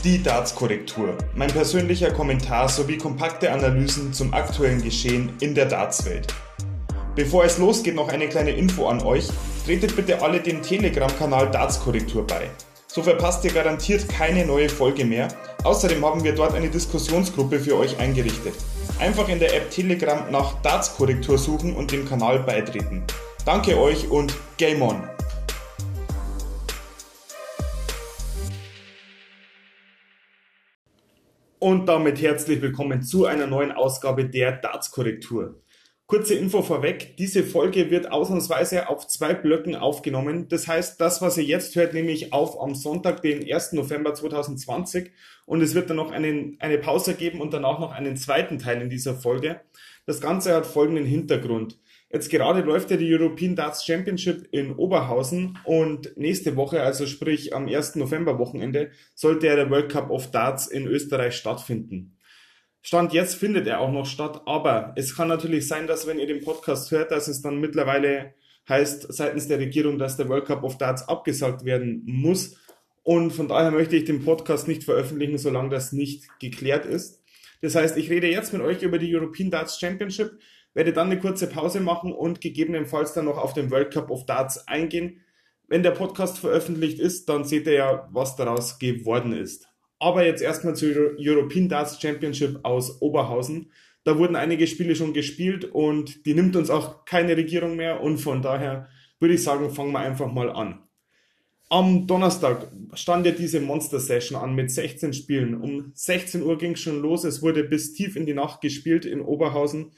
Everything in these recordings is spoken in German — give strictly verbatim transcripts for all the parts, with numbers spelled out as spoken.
Die Darts-Korrektur, mein persönlicher Kommentar sowie kompakte Analysen zum aktuellen Geschehen in der Dartswelt. Bevor es losgeht, noch eine kleine Info an euch. Tretet bitte alle dem Telegram-Kanal Darts-Korrektur bei. So verpasst ihr garantiert keine neue Folge mehr. Außerdem haben wir dort eine Diskussionsgruppe für euch eingerichtet. Einfach in der App Telegram nach Darts-Korrektur suchen und dem Kanal beitreten. Danke euch und Game On! Und damit herzlich willkommen zu einer neuen Ausgabe der Darts-Korrektur. Kurze Info vorweg, diese Folge wird ausnahmsweise auf zwei Blöcken aufgenommen. Das heißt, das, was ihr jetzt hört, nehme ich auf am Sonntag, den ersten November zweitausendzwanzig. Und es wird dann noch einen, eine Pause geben und danach noch einen zweiten Teil in dieser Folge. Das Ganze hat folgenden Hintergrund. Jetzt gerade läuft ja die European Darts Championship in Oberhausen und nächste Woche, also sprich am ersten November Wochenende, sollte ja der World Cup of Darts in Österreich stattfinden. Stand jetzt findet er auch noch statt, aber es kann natürlich sein, dass wenn ihr den Podcast hört, dass es dann mittlerweile heißt seitens der Regierung, dass der World Cup of Darts abgesagt werden muss. Und von daher möchte ich den Podcast nicht veröffentlichen, solange das nicht geklärt ist. Das heißt, ich rede jetzt mit euch über die European Darts Championship, werde dann eine kurze Pause machen und gegebenenfalls dann noch auf den World Cup of Darts eingehen. Wenn der Podcast veröffentlicht ist, dann seht ihr ja, was daraus geworden ist. Aber jetzt erstmal zur European Darts Championship aus Oberhausen. Da wurden einige Spiele schon gespielt und die nimmt uns auch keine Regierung mehr und von daher würde ich sagen, fangen wir einfach mal an. Am Donnerstag stand ja diese Monster-Session an mit sechzehn Spielen. Um sechzehn Uhr ging es schon los, es wurde bis tief in die Nacht gespielt in Oberhausen.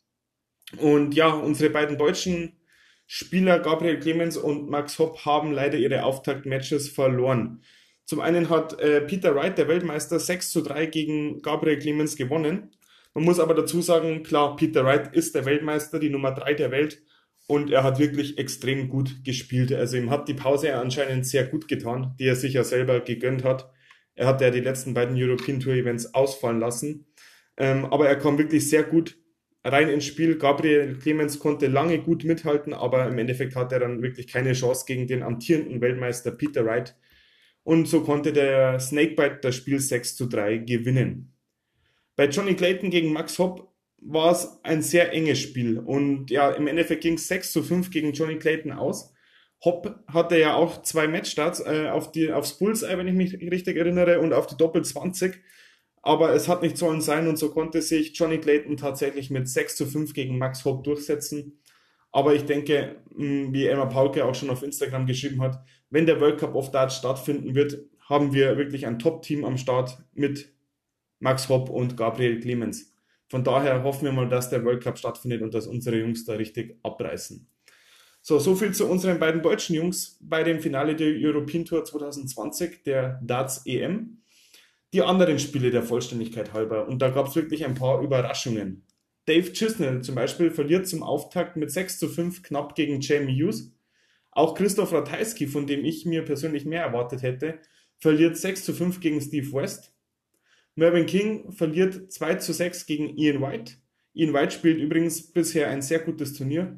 Und ja, unsere beiden deutschen Spieler, Gabriel Clemens und Max Hopp, haben leider ihre Auftaktmatches verloren. Zum einen hat äh, Peter Wright, der Weltmeister, sechs zu drei gegen Gabriel Clemens gewonnen. Man muss aber dazu sagen, klar, Peter Wright ist der Weltmeister, die Nummer drei der Welt und er hat wirklich extrem gut gespielt. Also ihm hat die Pause anscheinend sehr gut getan, die er sich ja selber gegönnt hat. Er hat ja die letzten beiden European Tour Events ausfallen lassen, ähm, aber er kam wirklich sehr gut rein ins Spiel. Gabriel Clemens konnte lange gut mithalten, aber im Endeffekt hatte er dann wirklich keine Chance gegen den amtierenden Weltmeister Peter Wright. Und so konnte der Snakebite das Spiel sechs zu drei gewinnen. Bei Johnny Clayton gegen Max Hopp war es ein sehr enges Spiel. Und ja, im Endeffekt ging es sechs zu fünf gegen Johnny Clayton aus. Hopp hatte ja auch zwei Matchstarts äh, auf die, aufs Bullseye, wenn ich mich richtig erinnere, und auf die Doppel zwanzig. Aber es hat nicht sollen sein und so konnte sich Johnny Clayton tatsächlich mit sechs zu fünf gegen Max Hopp durchsetzen. Aber ich denke, wie Elmar Paulke auch schon auf Instagram geschrieben hat, wenn der World Cup of Darts stattfinden wird, haben wir wirklich ein Top-Team am Start mit Max Hopp und Gabriel Clemens. Von daher hoffen wir mal, dass der World Cup stattfindet und dass unsere Jungs da richtig abreißen. So, so viel zu unseren beiden deutschen Jungs bei dem Finale der European Tour zwanzig zwanzig, der Darts E M. Die anderen Spiele der Vollständigkeit halber. Und da gab es wirklich ein paar Überraschungen. Dave Chisnell zum Beispiel verliert zum Auftakt mit sechs zu fünf knapp gegen Jamie Hughes. Auch Christoph Ratajski, von dem ich mir persönlich mehr erwartet hätte, verliert sechs zu fünf gegen Steve West. Mervyn King verliert zwei zu sechs gegen Ian White. Ian White spielt übrigens bisher ein sehr gutes Turnier.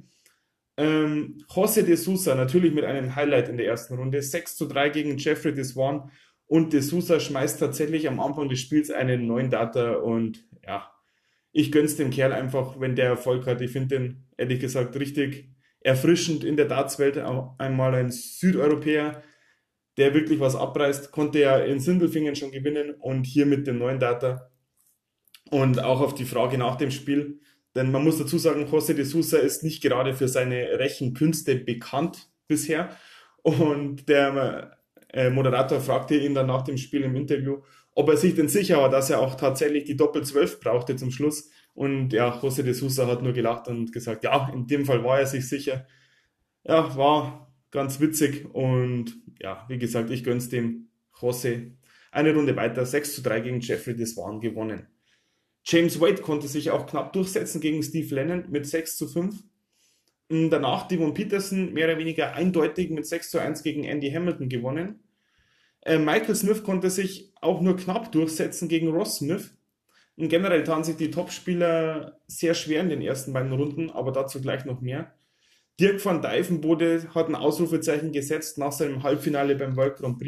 Ähm, José de Sousa natürlich mit einem Highlight in der ersten Runde. sechs zu drei gegen Jeffrey Deswan. Und de Sousa schmeißt tatsächlich am Anfang des Spiels einen neuen Data und ja, ich gönn's dem Kerl einfach, wenn der Erfolg hat. Ich finde den, ehrlich gesagt, richtig erfrischend in der Dartswelt. Auch einmal ein Südeuropäer, der wirklich was abreißt, konnte ja in Sindelfingen schon gewinnen und hier mit dem neuen Data. Und auch auf die Frage nach dem Spiel, denn man muss dazu sagen, José de Sousa ist nicht gerade für seine Rechenkünste bekannt bisher. Und der äh, Moderator fragte ihn dann nach dem Spiel im Interview, ob er sich denn sicher war, dass er auch tatsächlich die Doppel zwölf brauchte zum Schluss. Und ja, José de Sousa hat nur gelacht und gesagt, ja, in dem Fall war er sich sicher. Ja, war ganz witzig und ja, wie gesagt, ich gönn's dem José. Eine Runde weiter, sechs zu drei gegen Jeffrey Deswan gewonnen. James Wade konnte sich auch knapp durchsetzen gegen Steve Lennon mit sechs zu fünf. Danach Devon Peterson mehr oder weniger eindeutig mit sechs zu eins gegen Andy Hamilton gewonnen. Michael Smith konnte sich auch nur knapp durchsetzen gegen Ross Smith. Und generell taten sich die Topspieler sehr schwer in den ersten beiden Runden, aber dazu gleich noch mehr. Dirk van Dijvenbode hat ein Ausrufezeichen gesetzt nach seinem Halbfinale beim World Grand Prix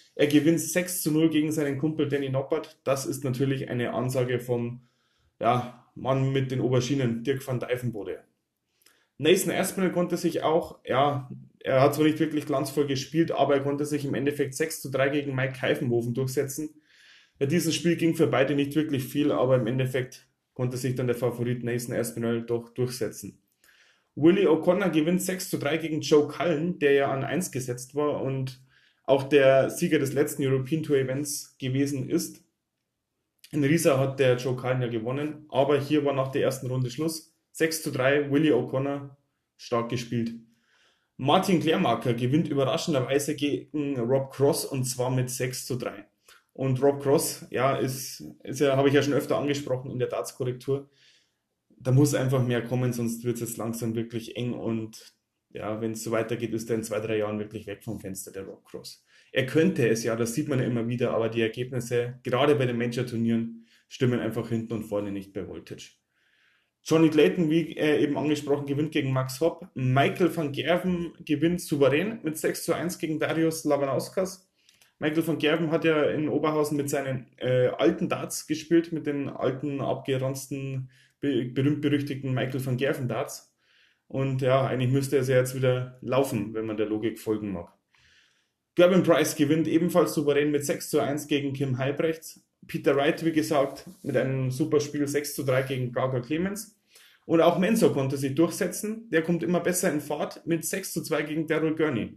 Er gewinnt sechs zu null gegen seinen Kumpel Danny Noppert. Das ist natürlich eine Ansage vom ja, Mann mit den Oberschienen, Dirk van Dijvenbode. Nathan Aspinall konnte sich auch, ja, er hat zwar nicht wirklich glanzvoll gespielt, aber er konnte sich im Endeffekt sechs zu drei gegen Mike Keifenhofen durchsetzen. Bei diesem Spiel ging für beide nicht wirklich viel, aber im Endeffekt konnte sich dann der Favorit Nathan Aspinall doch durchsetzen. Willie O'Connor gewinnt sechs zu drei gegen Joe Cullen, der ja an eins gesetzt war und auch der Sieger des letzten European Tour Events gewesen ist. In Riesa hat der Joe Cullen ja gewonnen, aber hier war nach der ersten Runde Schluss. sechs zu drei, Willie O'Connor, stark gespielt. Martin Klärmarker gewinnt überraschenderweise gegen Rob Cross und zwar mit sechs zu drei. Und Rob Cross, ja, ist, ist ja, habe ich ja schon öfter angesprochen in der Darts-Korrektur. Da muss einfach mehr kommen, sonst wird es jetzt langsam wirklich eng und ja, wenn es so weitergeht, ist er in zwei, drei Jahren wirklich weg vom Fenster, der Rob Cross. Er könnte es ja, das sieht man ja immer wieder, aber die Ergebnisse, gerade bei den Major-Turnieren, stimmen einfach hinten und vorne nicht bei Voltage. Johnny Clayton, wie äh, eben angesprochen, gewinnt gegen Max Hopp. Michael van Gerven gewinnt souverän mit sechs zu eins gegen Darius Labanauskas. Michael van Gerven hat ja in Oberhausen mit seinen äh, alten Darts gespielt, mit den alten, abgeranzten, be berühmt-berüchtigten Michael van Gerven Darts. Und ja, eigentlich müsste es ja jetzt wieder laufen, wenn man der Logik folgen mag. Gerben Price gewinnt ebenfalls souverän mit sechs zu eins gegen Kim Heibrechts. Peter Wright, wie gesagt, mit einem super Spiel sechs zu drei gegen Gaga Clemens. Und auch Mensah konnte sich durchsetzen. Der kommt immer besser in Fahrt mit sechs zu zwei gegen Daryl Gurney.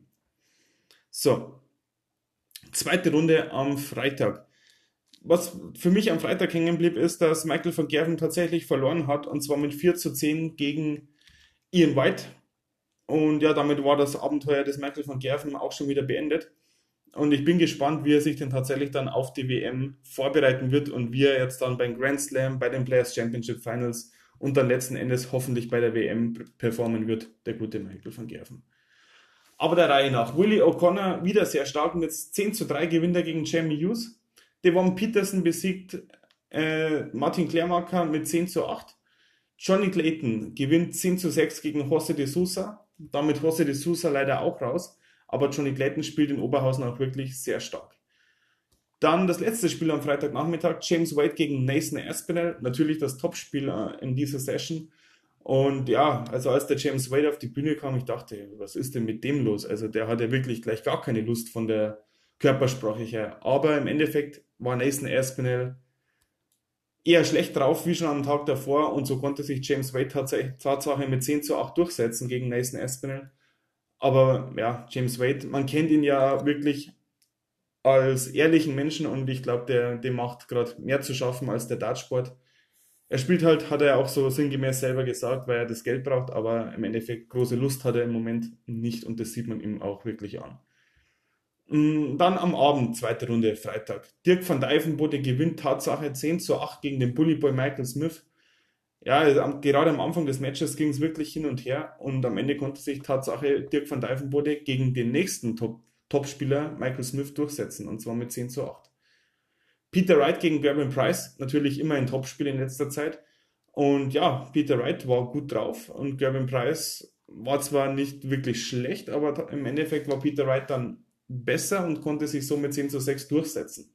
So, zweite Runde am Freitag. Was für mich am Freitag hängen blieb, ist, dass Michael van Gerven tatsächlich verloren hat. Und zwar mit vier zu zehn gegen Ian White. Und ja, damit war das Abenteuer des Michael van Gerven auch schon wieder beendet. Und ich bin gespannt, wie er sich denn tatsächlich dann auf die W M vorbereiten wird und wie er jetzt dann beim Grand Slam, bei den Players Championship Finals und dann letzten Endes hoffentlich bei der W M performen wird, der gute Michael van Gerven. Aber der Reihe nach. Willie O'Connor wieder sehr stark mit zehn zu drei gewinnt er gegen Jamie Hughes. Devon Peterson besiegt äh, Martin Klärmarker mit zehn zu acht. Johnny Clayton gewinnt zehn zu sechs gegen José de Sousa. Damit José de Sousa leider auch raus. Aber Johnny Clayton spielt in Oberhausen auch wirklich sehr stark. Dann das letzte Spiel am Freitagnachmittag. James Wade gegen Nathan Aspinall. Natürlich das Topspiel in dieser Session. Und ja, also als der James Wade auf die Bühne kam, ich dachte, was ist denn mit dem los? Also der hat ja wirklich gleich gar keine Lust von der Körpersprache her. Aber im Endeffekt war Nathan Aspinall eher schlecht drauf, wie schon am Tag davor. Und so konnte sich James Wade Tatsache mit zehn zu acht durchsetzen gegen Nathan Aspinall. Aber ja, James Wade, man kennt ihn ja wirklich als ehrlichen Menschen und ich glaube, der, der macht gerade mehr zu schaffen als der Dartsport. Er spielt halt, hat er auch so sinngemäß selber gesagt, weil er das Geld braucht, aber im Endeffekt große Lust hat er im Moment nicht und das sieht man ihm auch wirklich an. Dann am Abend, zweite Runde, Freitag. Dirk van Dijvenbode gewinnt Tatsache zehn zu acht gegen den Bullyboy Michael Smith. Ja, also gerade am Anfang des Matches ging es wirklich hin und her und am Ende konnte sich Tatsache Dirk van Dijvenbode gegen den nächsten Top, Topspieler Michael Smith durchsetzen und zwar mit zehn zu acht. Peter Wright gegen Gerben Price, natürlich immer ein Topspiel in letzter Zeit und ja, Peter Wright war gut drauf und Gerben Price war zwar nicht wirklich schlecht, aber im Endeffekt war Peter Wright dann besser und konnte sich so mit zehn zu sechs durchsetzen.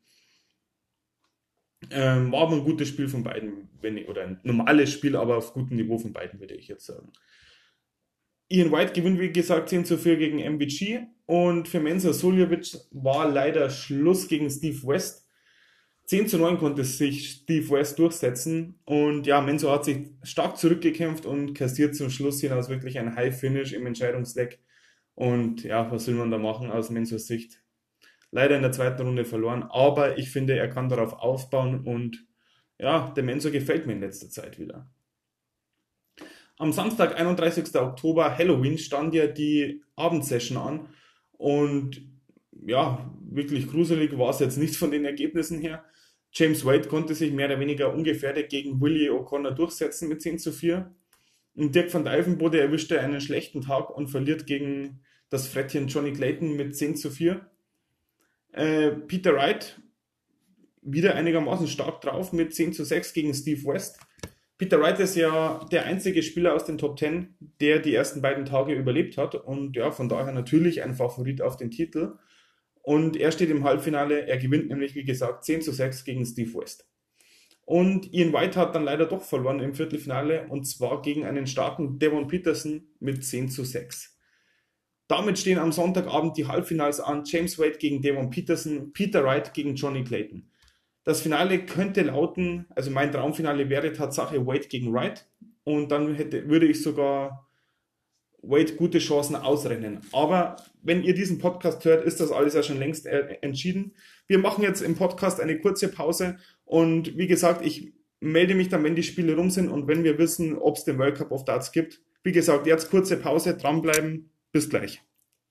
Ähm, war aber ein gutes Spiel von beiden, wenn ich, oder ein normales Spiel, aber auf gutem Niveau von beiden, würde ich jetzt sagen. Ian White gewinnt, wie gesagt, zehn zu vier gegen M V G und für Mensah Suljovic war leider Schluss gegen Steve West. zehn zu neun konnte sich Steve West durchsetzen und ja, Mensah hat sich stark zurückgekämpft und kassiert zum Schluss hinaus wirklich ein High Finish im Entscheidungsleck. Und ja, was will man da machen aus Mensahs Sicht? Leider in der zweiten Runde verloren, aber ich finde, er kann darauf aufbauen und ja, der Mensah gefällt mir in letzter Zeit wieder. Am Samstag, einunddreißigsten Oktober, Halloween, stand ja die Abendsession an und ja, wirklich gruselig war es jetzt nicht von den Ergebnissen her. James Wade konnte sich mehr oder weniger ungefährdet gegen Willie O'Connor durchsetzen mit zehn zu vier. Und Dirk van Dijvenbode erwischte einen schlechten Tag und verliert gegen das Frettchen Johnny Clayton mit zehn zu vier. Äh, Peter Wright wieder einigermaßen stark drauf mit zehn zu sechs gegen Steve West. Peter Wright ist ja der einzige Spieler aus den Top zehn, der die ersten beiden Tage überlebt hat und ja, von daher natürlich ein Favorit auf den Titel. Und er steht im Halbfinale, er gewinnt nämlich, wie gesagt, zehn zu sechs gegen Steve West. Und Ian White hat dann leider doch verloren im Viertelfinale, und zwar gegen einen starken Devon Peterson mit zehn zu sechs. Damit stehen am Sonntagabend die Halbfinals an: James Wade gegen Devon Peterson, Peter Wright gegen Johnny Clayton. Das Finale könnte lauten, also mein Traumfinale wäre Tatsache Wade gegen Wright, und dann hätte, würde ich sogar Wade gute Chancen ausrennen. Aber wenn ihr diesen Podcast hört, ist das alles ja schon längst entschieden. Wir machen jetzt im Podcast eine kurze Pause, und wie gesagt, ich melde mich dann, wenn die Spiele rum sind und wenn wir wissen, ob es den World Cup of Darts gibt. Wie gesagt, jetzt kurze Pause, dranbleiben, bis gleich.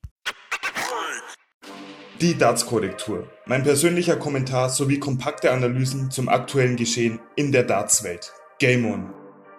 Die Darts-Korrektur. Mein persönlicher Kommentar sowie kompakte Analysen zum aktuellen Geschehen in der Darts-Welt. Game on!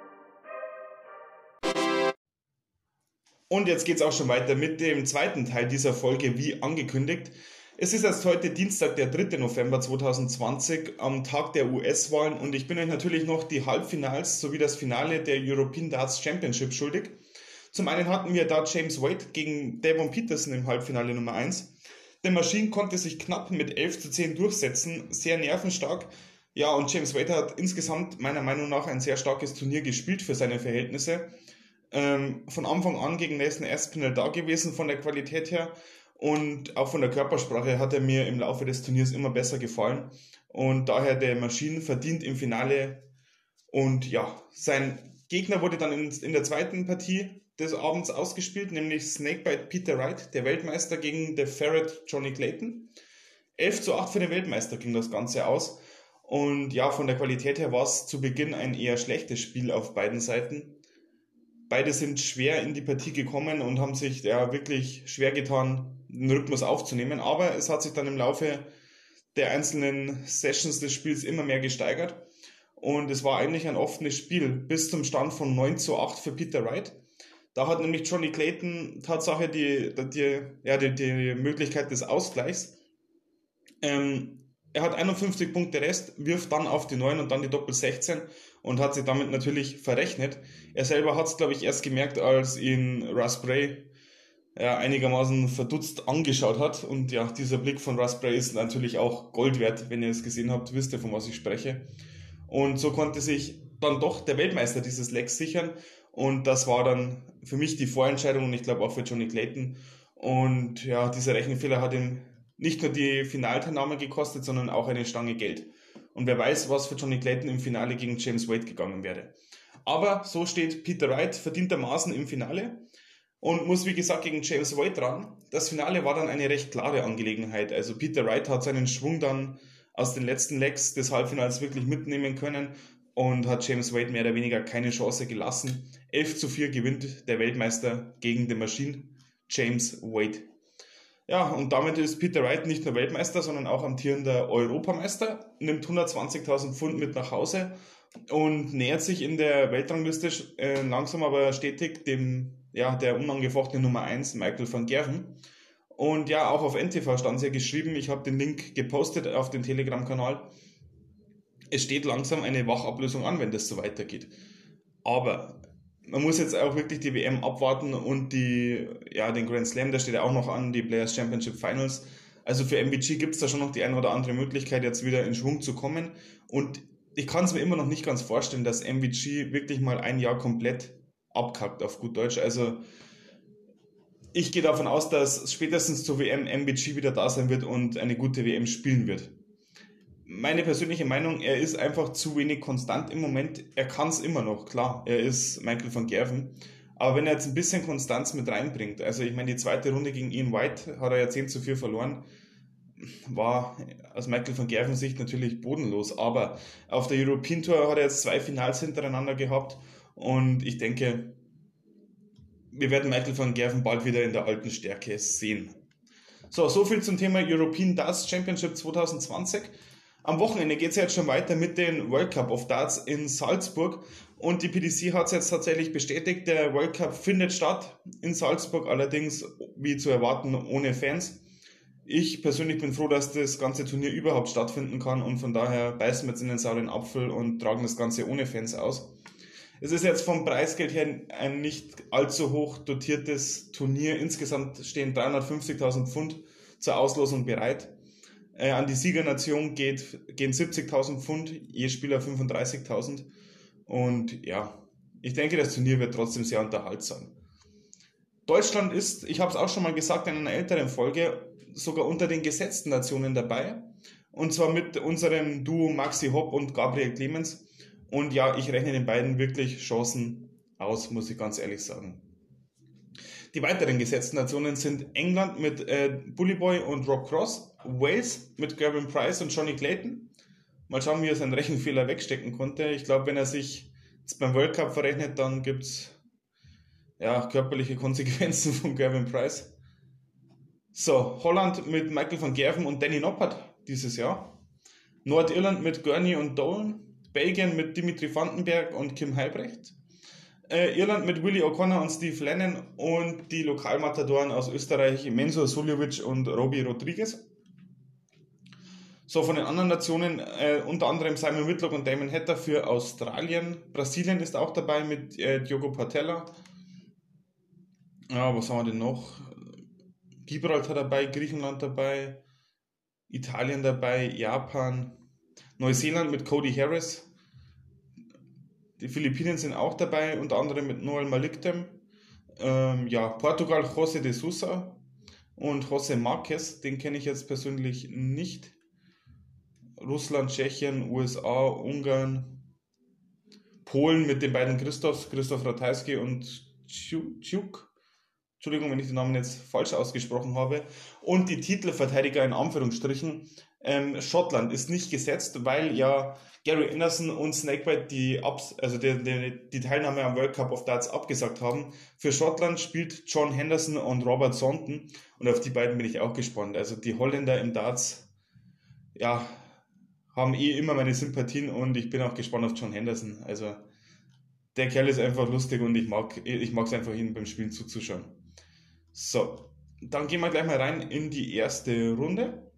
Und jetzt geht's auch schon weiter mit dem zweiten Teil dieser Folge, wie angekündigt. Es ist erst heute Dienstag, der dritte November zweitausendzwanzig, am Tag der U S-Wahlen, und ich bin euch natürlich noch die Halbfinals sowie das Finale der European Darts Championship schuldig. Zum einen hatten wir da James Wade gegen Devon Peterson im Halbfinale Nummer eins. Der Machine konnte sich knapp mit elf zu zehn durchsetzen, sehr nervenstark. Ja, und James Wade hat insgesamt meiner Meinung nach ein sehr starkes Turnier gespielt für seine Verhältnisse. Ähm, von Anfang an gegen Nathan Aspinall da gewesen von der Qualität her, und auch von der Körpersprache hat er mir im Laufe des Turniers immer besser gefallen, und daher der Machine verdient im Finale. Und ja, sein Gegner wurde dann in, in der zweiten Partie des Abends ausgespielt, nämlich Snakebite Peter Wright, der Weltmeister, gegen The Ferret Johnny Clayton. elf zu acht für den Weltmeister ging das Ganze aus, und ja, von der Qualität her war es zu Beginn ein eher schlechtes Spiel auf beiden Seiten. Beide sind schwer in die Partie gekommen und haben sich ja wirklich schwer getan, den Rhythmus aufzunehmen, aber es hat sich dann im Laufe der einzelnen Sessions des Spiels immer mehr gesteigert, und es war eigentlich ein offenes Spiel bis zum Stand von neun zu acht für Peter Wright. Da hat nämlich Johnny Clayton Tatsache die, die, ja, die, die Möglichkeit des Ausgleichs. Ähm, er hat einundfünfzig Punkte Rest, wirft dann auf die neun und dann die Doppel sechzehn und hat sich damit natürlich verrechnet. Er selber hat es, glaube ich, erst gemerkt, als ihn Russ Bray ja, einigermaßen verdutzt angeschaut hat. Und ja, dieser Blick von Russ Bray ist natürlich auch Gold wert. Wenn ihr es gesehen habt, wisst ihr, von was ich spreche. Und so konnte sich dann doch der Weltmeister dieses Legs sichern. Und das war dann für mich die Vorentscheidung, und ich glaube auch für Johnny Clayton. Und ja, dieser Rechenfehler hat ihm nicht nur die Finalteilnahme gekostet, sondern auch eine Stange Geld. Und wer weiß, was für Johnny Clayton im Finale gegen James Wade gegangen wäre. Aber so steht Peter Wright verdientermaßen im Finale und muss, wie gesagt, gegen James Wade dran. Das Finale war dann eine recht klare Angelegenheit. Also Peter Wright hat seinen Schwung dann aus den letzten Legs des Halbfinals wirklich mitnehmen können und hat James Wade mehr oder weniger keine Chance gelassen. elf zu vier gewinnt der Weltmeister gegen den Machine James Wade. Ja, und damit ist Peter Wright nicht nur Weltmeister, sondern auch amtierender Europameister, nimmt hundertzwanzigtausend Pfund mit nach Hause und nähert sich in der Weltrangliste äh, langsam aber stetig dem, ja, der unangefochtenen Nummer eins, Michael van Gerven. Und ja, auch auf N T V stand es ja geschrieben, ich habe den Link gepostet auf den Telegram-Kanal. Es steht langsam eine Wachablösung an, wenn das so weitergeht. Aber man muss jetzt auch wirklich die W M abwarten und die, ja, den Grand Slam, der steht ja auch noch an, die Players Championship Finals. Also für M V G gibt es da schon noch die eine oder andere Möglichkeit, jetzt wieder in Schwung zu kommen. Und ich kann es mir immer noch nicht ganz vorstellen, dass M V G wirklich mal ein Jahr komplett abkackt, auf gut Deutsch. Also ich gehe davon aus, dass spätestens zur W M M V G wieder da sein wird und eine gute W M spielen wird. Meine persönliche Meinung, er ist einfach zu wenig konstant im Moment. Er kann es immer noch, klar, er ist Michael van Gerven. Aber wenn er jetzt ein bisschen Konstanz mit reinbringt, also ich meine, die zweite Runde gegen Ian White hat er ja zehn zu vier verloren, war aus Michael van Gerven Sicht natürlich bodenlos. Aber auf der European Tour hat er jetzt zwei Finals hintereinander gehabt und ich denke, wir werden Michael van Gerven bald wieder in der alten Stärke sehen. So, soviel zum Thema European Darts Championship zwanzig zwanzig. Am Wochenende geht es jetzt schon weiter mit den World Cup of Darts in Salzburg und die P D C hat es jetzt tatsächlich bestätigt, der World Cup findet statt in Salzburg, allerdings wie zu erwarten ohne Fans. Ich persönlich bin froh, dass das ganze Turnier überhaupt stattfinden kann und von daher beißen wir jetzt in den sauren Apfel und tragen das Ganze ohne Fans aus. Es ist jetzt vom Preisgeld her ein nicht allzu hoch dotiertes Turnier, insgesamt stehen dreihundertfünfzigtausend Pfund zur Auslosung bereit. Äh, an die Siegernation geht, gehen siebzigtausend Pfund, je Spieler fünfunddreißigtausend. Und ja, ich denke, das Turnier wird trotzdem sehr unterhaltsam. Deutschland ist, ich habe es auch schon mal gesagt in einer älteren Folge, sogar unter den gesetzten Nationen dabei. Und zwar mit unserem Duo Maxi Hopp und Gabriel Clemens. Und ja, ich rechne den beiden wirklich Chancen aus, muss ich ganz ehrlich sagen. Die weiteren gesetzten Nationen sind England mit äh, Bully Boy und Rob Cross, Wales mit Gervin Price und Johnny Clayton. Mal schauen, wie er seinen Rechenfehler wegstecken konnte. Ich glaube, wenn er sich jetzt beim World Cup verrechnet, dann gibt es ja, körperliche Konsequenzen von Gervin Price. So, Holland mit Michael van Gerven und Danny Noppert dieses Jahr. Nordirland mit Gurney und Dolan. Belgien mit Dimitri Vandenberg und Kim Heibrecht. Äh, Irland mit Willie O'Connor und Steve Lennon und die Lokalmatadoren aus Österreich Mensur Suljovic und Robbie Rodriguez. So, von den anderen Nationen äh, unter anderem Simon Whitlock und Damon Hatter für Australien. Brasilien ist auch dabei mit äh, Diogo Portela. Ja, was haben wir denn noch? Gibraltar dabei, Griechenland dabei, Italien dabei, Japan, Neuseeland mit Cody Harris. Die Philippinen sind auch dabei, unter anderem mit Noel Malikdem. Ähm, ja, Portugal José de Sousa und José Marquez, den kenne ich jetzt persönlich nicht. Russland, Tschechien, U S A, Ungarn, Polen mit den beiden Christophs, Christoph Ratajski und Ciuk. Entschuldigung, wenn ich den Namen jetzt falsch ausgesprochen habe. Und die Titelverteidiger in Anführungsstrichen. Ähm, Schottland ist nicht gesetzt, weil ja Gary Anderson und Snakebite die, Abs- also die, die, die Teilnahme am World Cup of Darts abgesagt haben. Für Schottland spielt John Henderson und Robert Thornton. Und auf die beiden bin ich auch gespannt. Also die Holländer im Darts, ja, haben eh immer meine Sympathien und ich bin auch gespannt auf John Henderson. Also der Kerl ist einfach lustig und ich mag ich mag es einfach, ihm beim Spielen zuzuschauen. So, dann gehen wir gleich mal rein in die erste Runde.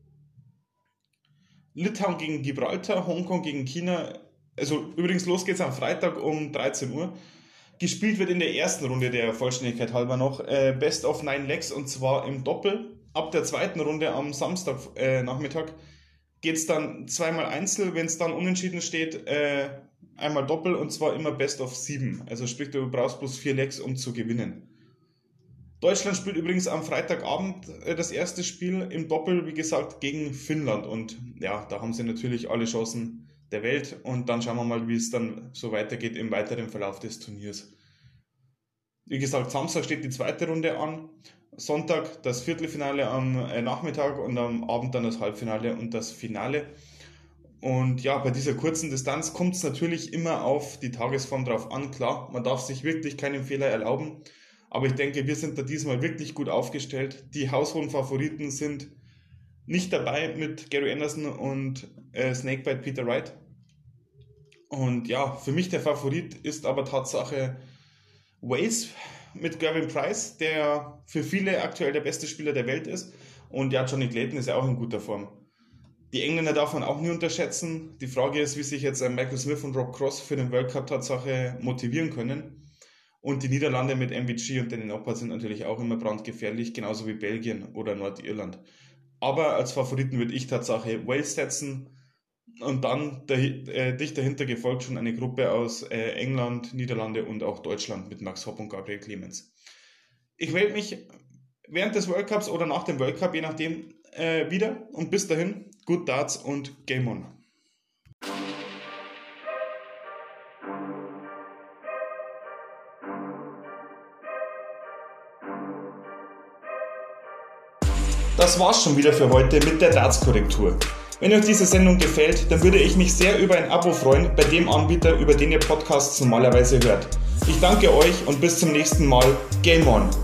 Litauen gegen Gibraltar, Hongkong gegen China. Also übrigens, los geht's am Freitag um dreizehn Uhr. Gespielt wird in der ersten Runde der Vollständigkeit halber noch äh, Best of Nine Legs und zwar im Doppel. Ab der zweiten Runde am Samstag äh, Nachmittag geht es dann zweimal Einzel, wenn es dann unentschieden steht, äh, einmal Doppel und zwar immer Best of sieben. Also sprich, du brauchst bloß vier Legs, um zu gewinnen. Deutschland spielt übrigens am Freitagabend äh, das erste Spiel im Doppel, wie gesagt, gegen Finnland. Und ja, da haben sie natürlich alle Chancen der Welt. Und dann schauen wir mal, wie es dann so weitergeht im weiteren Verlauf des Turniers. Wie gesagt, Samstag steht die zweite Runde an. Sonntag das Viertelfinale am Nachmittag und am Abend dann das Halbfinale und das Finale. Und ja, bei dieser kurzen Distanz kommt es natürlich immer auf die Tagesform drauf an. Klar, man darf sich wirklich keinen Fehler erlauben. Aber ich denke, wir sind da diesmal wirklich gut aufgestellt. Die haushohen Favoriten sind nicht dabei mit Gary Anderson und äh, Snakebite Peter Wright. Und ja, für mich der Favorit ist aber Tatsache Wales mit Gervin Price, der für viele aktuell der beste Spieler der Welt ist. Und ja, Johnny Clayton ist ja auch in guter Form. Die Engländer darf man auch nie unterschätzen. Die Frage ist, wie sich jetzt Michael Smith und Rob Cross für den World Cup Tatsache motivieren können. Und die Niederlande mit M V G und Danny Noppert sind natürlich auch immer brandgefährlich, genauso wie Belgien oder Nordirland. Aber als Favoriten würde ich Tatsache Wales setzen. Und dann der, äh, dicht dahinter gefolgt schon eine Gruppe aus äh, England, Niederlande und auch Deutschland mit Max Hopp und Gabriel Clemens. Ich melde mich während des World Cups oder nach dem World Cup, je nachdem, äh, wieder. Und bis dahin, good Darts und Game On. Das war's schon wieder für heute mit der Darts-Korrektur. Wenn euch diese Sendung gefällt, dann würde ich mich sehr über ein Abo freuen bei dem Anbieter, über den ihr Podcasts normalerweise hört. Ich danke euch und bis zum nächsten Mal. Game On!